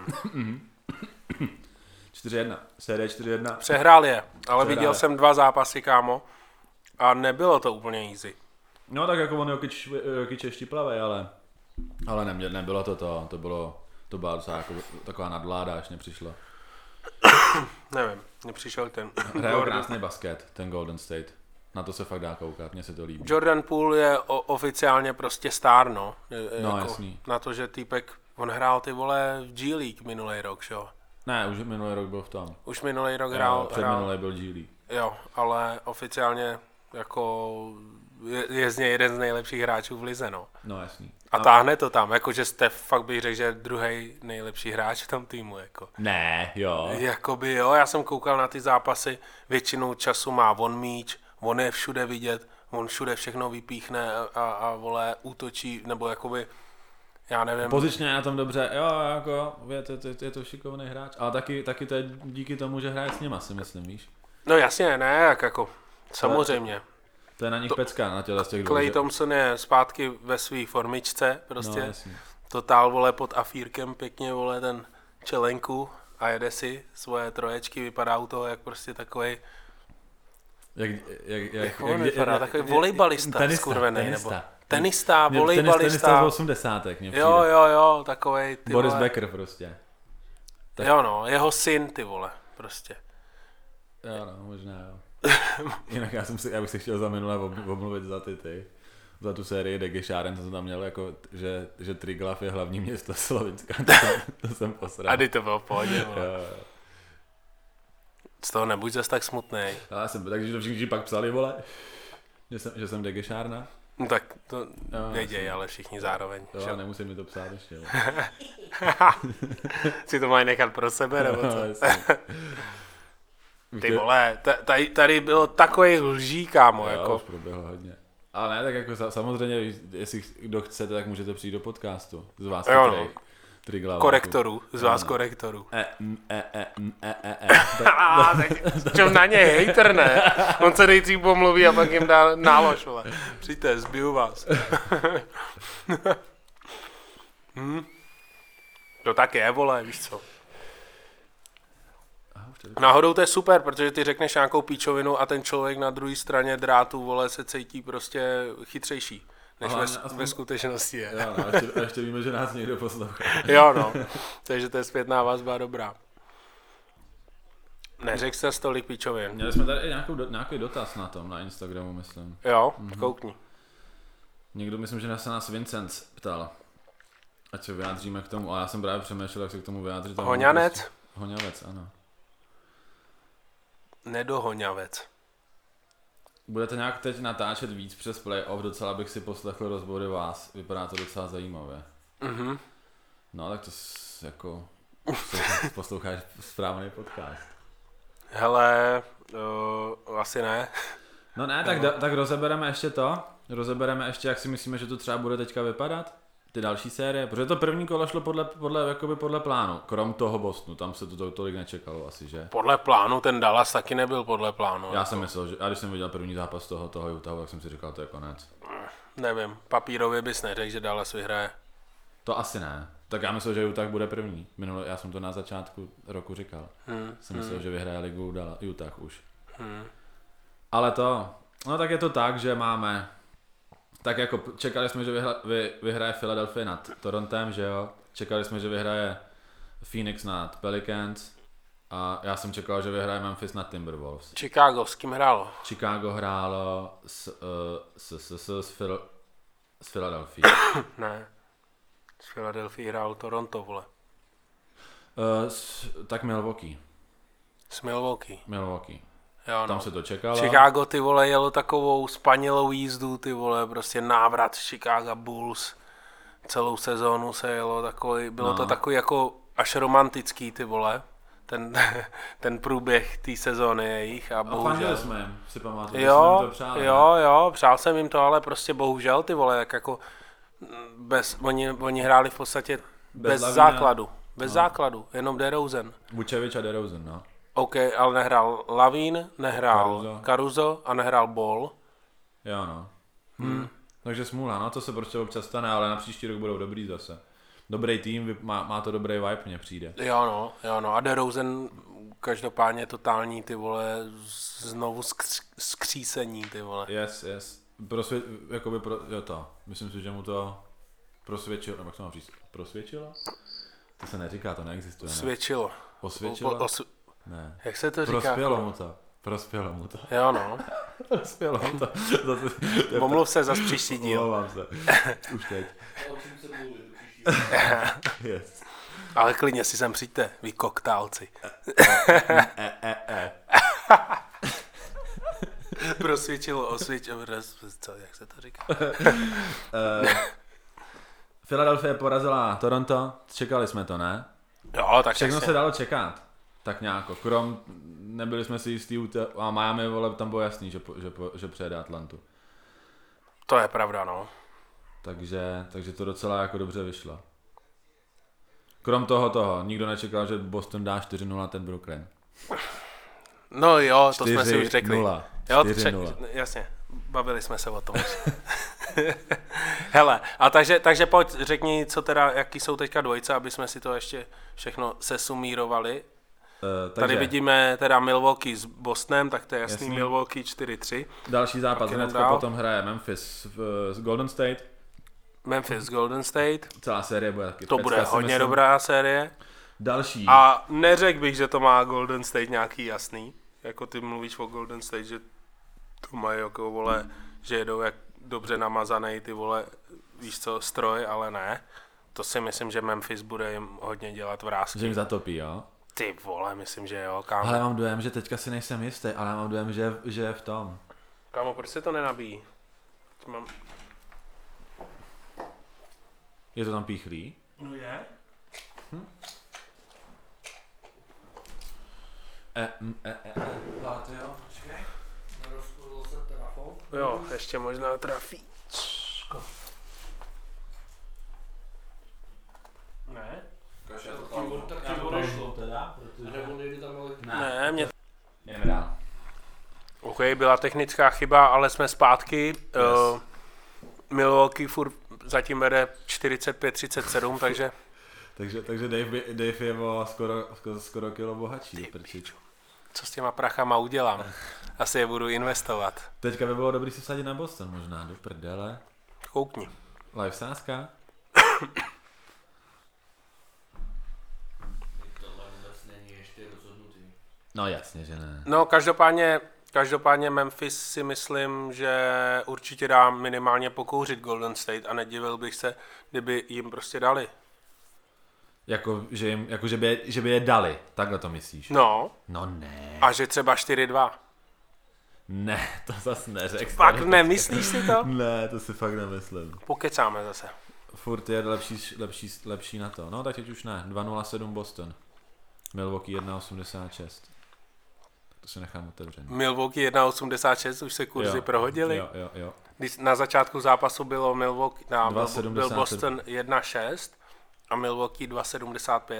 4-1. Série 4-1. Přehrál je, ale Přehrál viděl je. jsem 2 zápasy, kámo. A nebylo to úplně easy. No tak jako on Jokic je štiplavej, ale nebylo to byla docela jako taková nadvláda, až nepřišlo. Nevím, mně přišel ten Hrajou krásný basket, ten Golden State. Na to se fakt dá koukat, mně se to líbí. Jordan Poole je oficiálně prostě star, no. No, jasný. Na to, že týpek, on hrál ty vole v G League minulý rok, jo. Ne, už minulý rok byl v tom. Už minulý rok hrál. Předminulý byl G League. Jo, ale oficiálně jako je z něj jeden z nejlepších hráčů v lize, no. No jasný. A táhne to tam, jakože Steph fakt bych řekl, že je druhý nejlepší hráč v tom týmu, jako. Ne, jo. Jakoby jo, já jsem koukal na ty zápasy, většinou času má on míč, on je všude vidět, on všude všechno vypíchne a vole útočí, nebo jakoby, já nevím. Pozičně je na tom dobře, jo, jako je to šikovný hráč, ale taky to je díky tomu, že hraje s nima, si myslím, víš. No jasně, ne, jak jako, samozřejmě. To je na nich pecka, na těle z těch dvou. Klay Thompson je zpátky ve své formičce, prostě. No, jasně. Totál, vole, pod afírkem pěkně, vole, ten čelenku a jede si svoje troječky, vypadá u toho jak prostě takovej, jak on vypadá, takový volejbalista skurvený, nebo tenista, volejbalista. Tenista z 80. mně přijde. Jo, takovej, ty Boris vole. Becker prostě. Tak. Jo no, jeho syn, ty vole, prostě. Jo no, možná jo. Jinak já bych se chtěl za minule omluvit za tu sérii Degešáren, co jsem tam měl, jako, že Triglav je hlavní město Slovinska. To jsem posral. A to bylo v pohodě, vole. Jo. Z toho nebuď zase tak smutnej. Takže to všichni pak psali, vole, že jsem Degešárna. No tak to věděj, ale všichni zároveň. Jo, nemusí mi to psát ještě. Si to mají nechat pro sebe, nebo co? No, Ty vole, tady bylo takový lží, kámo, jo, jako. už proběhlo hodně. Ale ne, tak jako samozřejmě, jestli kdo chcete, tak můžete přijít do podcastu. Z vás Triglav. Korektorů, z vás korektorů. Čem na něj, hejter, ne? On se nejdřív pomluví a pak jim dá nálož, vole. Přijďte, zbiju vás. To tak je, vole, víš co. Náhodou to je super, protože ty řekneš nějakou píčovinu a ten člověk na druhé straně drátu, vole, se cítí prostě chytřejší, než ve skutečnosti je. Jo, no, a ještě víme, že nás někdo poslouchá. Jo, no. Takže to je zpětná vazba dobrá. Neřekl jsi tolik píčovin. Měli jsme tady i nějaký dotaz na tom, na Instagramu, myslím. Jo, koukni. Někdo, myslím, že se nás Vincent ptal, ať se vyjádříme k tomu, a já jsem právě přemýšlel, jak se k tomu vyjádřit. Hoňanec? Hoňavec, ano. Nedohoňavec. Budete nějak teď natáčet víc přes playoff, docela bych si poslechl rozbory vás, vypadá to docela zajímavě. Mhm. No tak to jako posloucháš správný podcast. Hele, asi ne. No ne, tak rozebereme ještě to. Rozebereme ještě, jak si myslíme, že to třeba bude teďka vypadat. Ty další série, protože to první kolo šlo podle plánu. Krom toho Bostonu, tam se to tolik nečekalo asi, že? Podle plánu, ten Dallas taky nebyl podle plánu. Já jsem myslel, že a když jsem viděl první zápas toho Utahu, tak jsem si říkal, to je konec. Nevím, papírově bys neřekl, že Dallas vyhraje. To asi ne. Tak já myslel, že Utah bude první. Já jsem to na začátku roku říkal. Jsem myslel, že vyhraje ligu Utah už. Ale no tak je to tak, že máme, tak jako čekali jsme, že vyhraje Philadelphia nad Torontem, že jo. Čekali jsme, že vyhraje Phoenix nad Pelicans a já jsem čekal, že vyhraje Memphis nad Timberwolves. Chicago, s kým hrálo? Chicago hrálo s Philadelphia. Ne. S Philadelphia hrál Toronto, vole. Tak Milwaukee. S Milwaukee. Milwaukee. Jo, no. Tam se to čekalo. Chicago, ty vole, jelo takovou spanilou jízdu, ty vole, prostě návrat Chicago Bulls. Celou sezónu se jelo takový, bylo to takový jako až romantický, ty vole. Ten průběh té sezóny jejich a bohužel. A jsme jim, si pamatuju, jo, jo, přál jsem jim to, ale prostě bohužel, ty vole, jak jako oni hráli v podstatě bez základu. Bez základu, jenom DeRozan. Vučevič a DeRozan, no. OK, ale nehrál Lavin, nehrál Caruso a nehrál Ball. Jo, no. Takže smůla, no to se prostě občas stane, ale na příští rok budou dobrý zase. Dobrý tým, má to dobrý vibe, mně přijde. Jo no, a DeRozan každopádně totální, ty vole, znovu skřísení, ty vole. Yes. Myslím si, že mu to prosvědčilo, nebo jak se mám říct, prosvědčilo? To se neříká, to neexistuje, ne? Svědčilo. Osvědčilo? Ne. Jak se to říká? Prospělo mu to. Jo no. Prospělo mu to. Omluv se za příští díl. Omlouvám se. Už teď. Yes. Ale klidně si sem přijďte, vy koktálci. Prosvědčilo, osvědčilo, jak se to říká? Philadelphia porazila Toronto, čekali jsme to, ne? Jo, tak všechno se dalo čekat, tak nějak. Krom nebyli jsme si jistí a Miami, vole, tam bylo jasný, že přejede Atlantu. To je pravda, no. Takže to docela jako dobře vyšlo. Krom toho, nikdo nečekal, že Boston dá 4-0 ten Brooklyn. No jo, to jsme si už řekli. 4-0. Jo, jasně, bavili jsme se o tom. Hele, a takže pojď, řekni, co teda, jaký jsou teďka dvojice, aby jsme si to ještě všechno sesumírovali. Tady vidíme teda Milwaukee s Bostonem, tak to je jasný. Milwaukee 4-3. Další zápas, hnedka potom hraje Memphis s Golden State. Memphis Golden State. Celá série bude taky. To bude hodně dobrá série. Další. A neřekl bych, že to má Golden State nějaký jasný. Jako ty mluvíš o Golden State, že to mají jako, vole, že jedou jak dobře namazaný, ty vole, víš co, stroj, ale ne. To si myslím, že Memphis bude jim hodně dělat vrásky. Že jim zatopí, jo? Ty vole, myslím, že jo, kámo. Ale mám dojem, že teďka si nejsem jistý, ale mám dojem, že je v tom. Kámo, proč se to nenabíjí? Je to tam píchlý? No je. Jo, počkej. Nerozpůl se trafou. Jo, ještě možná trafí. Ne? Tak ti odešlo teda, nebo nejde tam ale... Ne, mě... Jdeme dál. OK, byla technická chyba, ale jsme zpátky. Yes. Milwaukee furt zatím vede 45-37, takže... Takže Dave je skoro kilo bohatší. Co s těma prachama udělám? Asi je budu investovat. Teďka by bylo dobrý si vsadit na Boston možná, do prdele. Koukni. Live sázka? Tohle vůbec není ještě rozhodnutý. No jasně, že ne. No každopádně Memphis si myslím, že určitě dá minimálně pokouřit Golden State a nedivil bych se, kdyby jim prostě dali. Že by je dali, takhle to myslíš? No. No ne. A že třeba 4-2. Ne, to zase neřek. Fakt nemyslíš si to? Ne, to si fakt nemyslím. Pokecáme zase. Furt je lepší na to. No tak teď už ne. 2-0-7 Boston. Milwaukee 1-86. To si nechám otevřený. Milwaukee 1,86, už se kurzy prohodily. Jo. Když na začátku zápasu bylo Milwaukee, byl 2,77. Boston 1,6 a Milwaukee 2,75.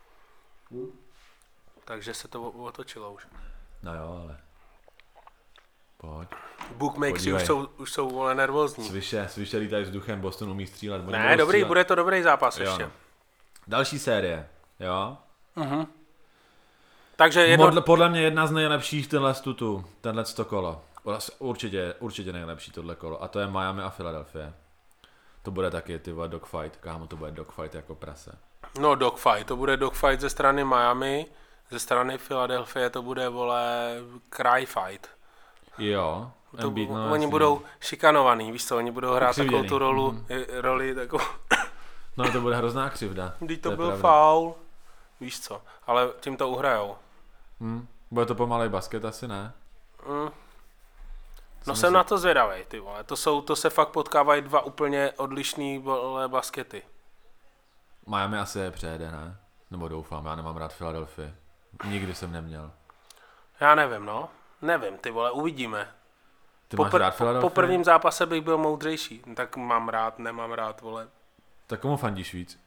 Takže se to otočilo už. No jo, ale... Pojď. Bookmakers už jsou vole nervózní. Sviše lítají vzduchem, Boston umí střílet. Ne, dobrý, bude to dobrý zápas ještě. No. Další série, jo? Mhm. Takže podle mě jedna z nejlepších tenhle kolo. Určitě nejlepší tohle kolo. A to je Miami a Philadelphia. To bude taky, ty vole, dogfight. Kámo, to bude dogfight jako prase. No dogfight, to bude dogfight ze strany Miami, ze strany Philadelphia to bude, vole, cry fight. Jo. Oni budou šikanovaný, víš co, oni budou hrát takovou tu roli takovou. No to bude hrozná křivda. Když to byl faul, víš co, ale tím to uhrajou. Bude to pomalej basket asi, ne? No jsem na to zvědavej, ty vole. To se fakt potkávají dva úplně odlišný vole baskety. Miami asi je přejede, ne? Nebo doufám, já nemám rád Philadelphia. Nikdy jsem neměl. Já nevím, no. Nevím, ty vole, uvidíme. Ty máš rád Philadelphia? Po prvním zápase bych byl moudřejší. Tak mám rád, nemám rád, vole. Tak komu fandíš víc?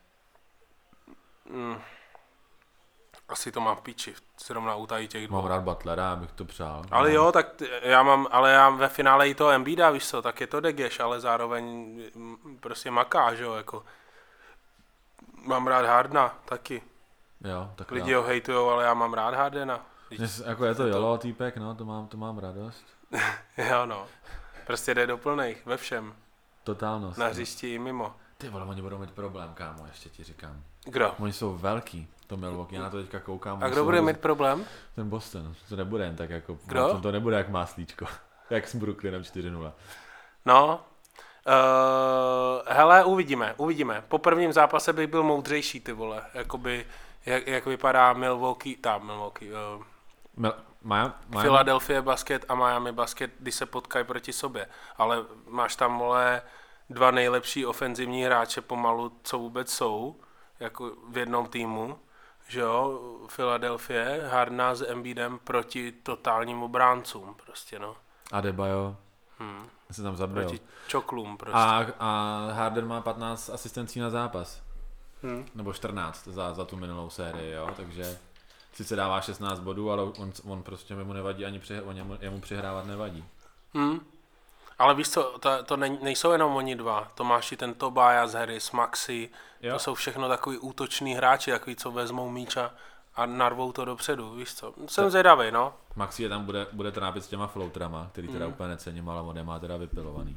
Asi to mám v píči, zrovna u tady těch dvou. Mám rád Butlera, abych to přál. Ale jo, tak já ve finále i toho Embida, víš co, tak je to Degeš, ale zároveň prostě maká, že jo, jako. Mám rád Hardena, taky. Jo, tak Lidi ho hejtujou, ale já mám rád Hardena. Jako je to jolo týpek, no, to mám radost. Jo, no. Prostě jde do plných, ve všem. Totálnost. Na hřišti i mimo. Ty vole, oni budou mít problém, kámo, ještě ti říkám. Kdo? Oni jsou velký, to Milwaukee, já na to teďka koukám. A kdo bude mít problém? Ten Boston, to nebude jen tak jako, Kdo? To nebude jak máslíčko, jak s Brooklynem 4-0. No, hele, uvidíme. Po prvním zápase bych byl moudřejší, ty vole, jakoby, jak vypadá Philadelphia basket a Miami basket, když se potkají proti sobě, ale máš tam, vole, dva nejlepší ofenzivní hráče pomalu, co vůbec jsou, jako v jednom týmu, že jo, Philadelphia, Hardena s Embiidem proti totálním obráncům, prostě, no. Adebayo se tam zabil. Proti čoklům, prostě. A Harden má 15 asistencí na zápas. Nebo 14 za tu minulou sérii, jo, takže sice dává 16 bodů, ale on prostě mu nevadí, ani jemu přihrávat nevadí. Ale víš co, to nejsou jenom oni dva, to máš i ten Tobias Harris, Maxi, jo. To jsou všechno takový útoční hráči, takový, co vezmou míča a narvou to dopředu, víš co. Jsem zvědavý, no. Maxi je tam bude trápit s těma floatrama, který teda úplně necením, ale on je má teda vypilovaný.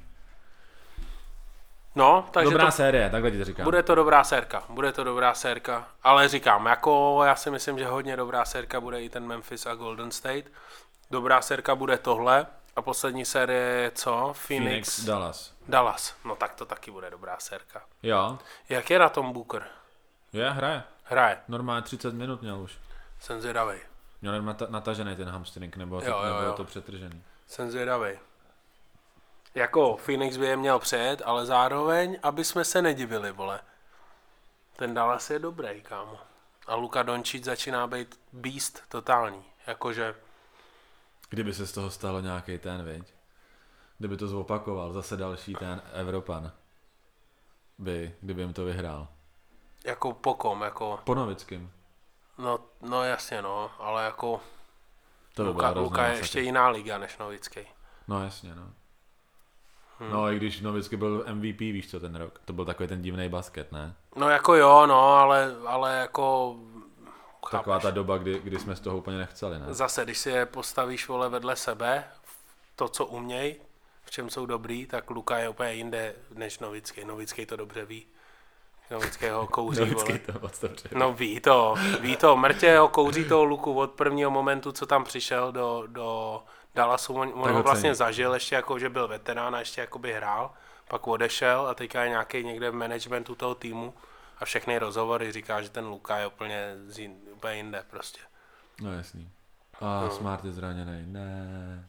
No, takže dobrá série, takhle ti to říkám. Bude to dobrá sérka, ale říkám, jako já si myslím, že hodně dobrá sérka bude i ten Memphis a Golden State. Dobrá sérka bude tohle a poslední série je co? Phoenix Dallas. No tak to taky bude dobrá sérka. Jo. Jak je na tom Booker? Hraje. Normálně 30 minut měl už. Jsem zvědavej. Měl natažený ten hamstring, nebo to přetržený. Jsem zvědavej. Jako Phoenix by je měl přejet, ale zároveň, aby jsme se nedivili, vole. Ten Dallas je dobrý, kámo. A Luka Dončić začíná být beast totální. Jakože... Kdyby se z toho stalo nějaký ten, viď? Kdyby to zopakoval, zase další ten Evropan. Kdyby jim to vyhrál. Jako po kom, jako... Po Novickým. No jasně, no, ale jako... To Luka je ještě jiná liga než Novický. No jasně, no. No i když Novický byl MVP, víš co, ten rok. To byl takový ten divný basket, ne? No jako jo, no, ale jako... Taková ta doba, kdy jsme z toho úplně nechceli, ne? Zase, když si je postavíš, vole, vedle sebe, to, co uměj, v čem jsou dobrý, tak Luka je úplně jinde než Novický. Novický to dobře ví. Novický ho kouří, vole. No ví to. Mrtě ho kouří toho Luku od prvního momentu, co tam přišel do Dallasu. On ho vlastně zažil ještě jako, že byl veterán a ještě jakoby hrál. Pak odešel a teďka je nějaký někde v managementu toho týmu a všechny rozhovory říká, že ten Luka je úplně jinde prostě. No jasný. A Smart je zraněný. Ne.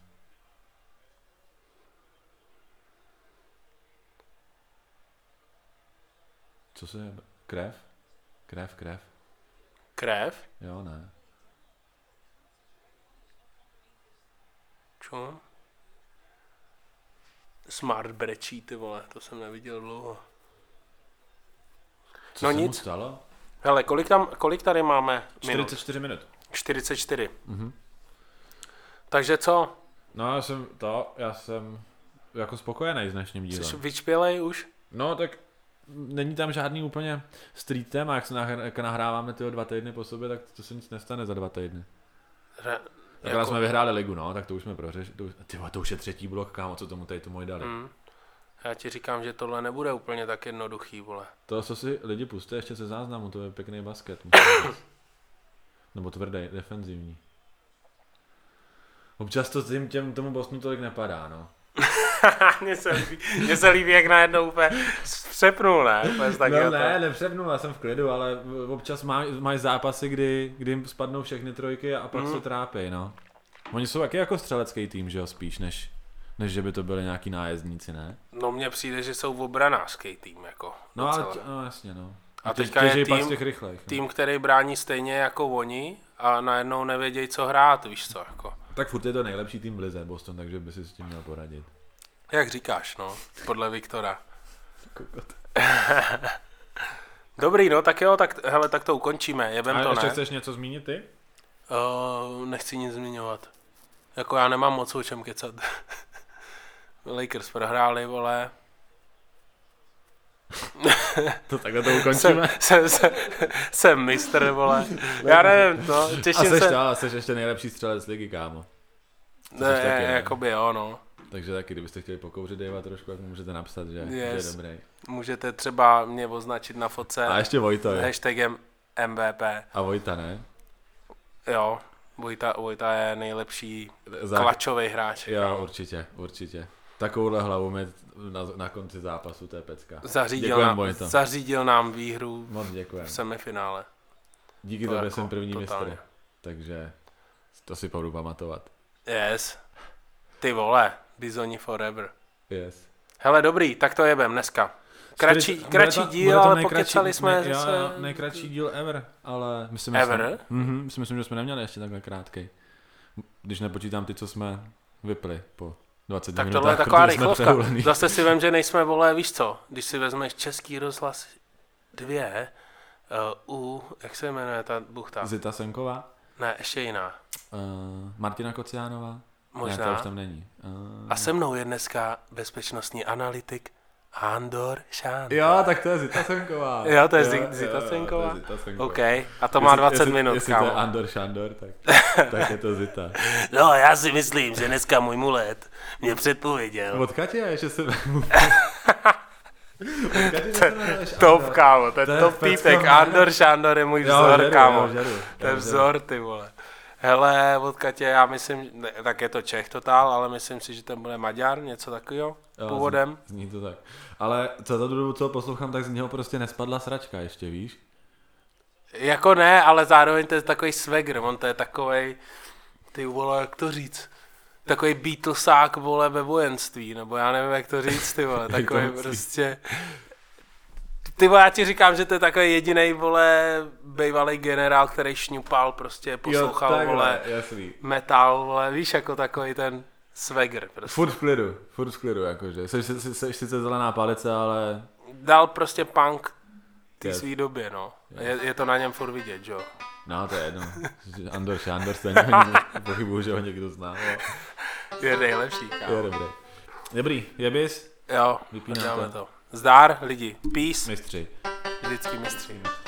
Co se je? Krev? Krev? Jo, ne. Čo? Smart brečí, ty vole, to jsem neviděl dlouho. Co se mu stalo? Hele, kolik tady máme 44 minut. 44. Takže co? No já jsem jako spokojený s dnešním dílem. Jsi vyčpělej už? No tak není tam žádný úplně street téma, jak nahráváme tyho 2 týdny po sobě, tak to se nic nestane za 2 týdny. Takhle jsme vyhráli ligu, no, tak to už jsme prořešili. To už je 3. blok, kámo, co tomu tady tu moji dali. Já ti říkám, že tohle nebude úplně tak jednoduchý, vole. To, co si lidi pustí ještě ze záznamu, to je pěkný basket. Nebo tvrdý, defenzivní. Občas to tomu Bostonu tolik nepadá, no. Mně se líbí, jak najednou úplně přepnul, ne? No ne, nepřepnul, já jsem v klidu, ale občas mají zápasy, kdy jim spadnou všechny trojky a pak se trápí, no. Oni jsou taky jako střelecký tým, že jo, spíš, než že by to byli nějaký nájezdníci, ne? No mně přijde, že jsou obranářský tým, jako. No ale, docela. no jasně, no. A teďka je rychlejch, tým, který brání stejně jako oni a najednou nevědějí, co hrát, víš co, jako. Tak furt je to nejlepší tým v lize Boston, takže by si s tím měl poradit. Jak říkáš, no, podle Viktora. Dobrý, no, tak jo, tak, hele, tak to ukončíme, jebem to, ještě ne? chceš něco zmínit ty? Nechci nic zmiňovat. Jako já nemám moc o čem kecat. Lakers prohráli, vole. To takhle to ukončíme. Jsem mistr, vole. Já nevím, no, těším se. A seš ještě nejlepší střelec ligy, kámo. Ne, jakoby jo, no. Takže taky, kdybyste chtěli pokouřit Davea trošku, tak můžete napsat, že je dobrý. Můžete třeba mě označit na fotce. A ještě Vojto je. Hashtagem MVP. A Vojta, ne? Jo, Vojta je nejlepší klačový hráč. Jo, určitě. Takovouhle hlavu mít na konci zápasu, to je pecka. Zařídil nám výhru moc děkujem. V semifinále. Díky tobě jsem první mistr, takže to si budu pamatovat. Yes. Ty vole, Bizoni forever. Yes. Hele, dobrý, tak to jebem dneska. Kratší díl, ale pokecali jsme nejkratší díl ever, ale myslím, že jsme neměli ještě takhle krátkej. Když nepočítám ty, co jsme vypli po 20 tak minutách. Tak tohle je taková rychlovka. Zase si vem, že nejsme, vole, víš co, když si vezmeš Český rozhlas 2, jak se jmenuje ta buchta? Zita Senková? Ne, ještě jiná. Martina Kociánová? Možná. Ne, to už tam není. A se mnou je dneska bezpečnostní analytik Andor Šándor. Jo, tak to je Zita Senková. Jo, to je Zita Senková? OK, a to má 20 minut, jestli kámo. to je Andor Šándor, tak je to Zita. No, já si myslím, že dneska můj mulet mě předpověděl. Od Katia, ještě se... Top, kámo, to je top týpek. Andor Šándor je můj vzor, kámo. To je vzor, ty vole. Hele, od Katě, já myslím, ne, tak je to Čech totál, ale myslím si, že ten bude Maďar, něco takového původem. Zní to tak. Ale co za tu dobu, co poslouchám, tak z něho prostě nespadla sračka ještě, víš? Jako ne, ale zároveň to je takový swagger, on to je takovej, ty vole, jak to říct, takový Beatlesák, vole, ve vojenství, nebo já nevím, jak to říct, ty vole, takový prostě... Ty vole, já ti říkám, že to je takový jedinej, vole, bejvalej generál, který šňupal, prostě poslouchal, jo, takhle, vole, jasný. Metal, vole, víš, jako takový ten swagger, prostě. Furt v klidu, jakože, seš sice zelená palice, ale... Dal prostě punk té svý době, no. Je to na něm furt vidět, jo. No, to je jedno. Andor Šándor, pochybuju, že ho někdo zná. Je nejlepší, kámo. Je dobrý, jebis? Jo, vypínáme to. Zdar, lidi. Peace. Mistři. Vždycky mistři.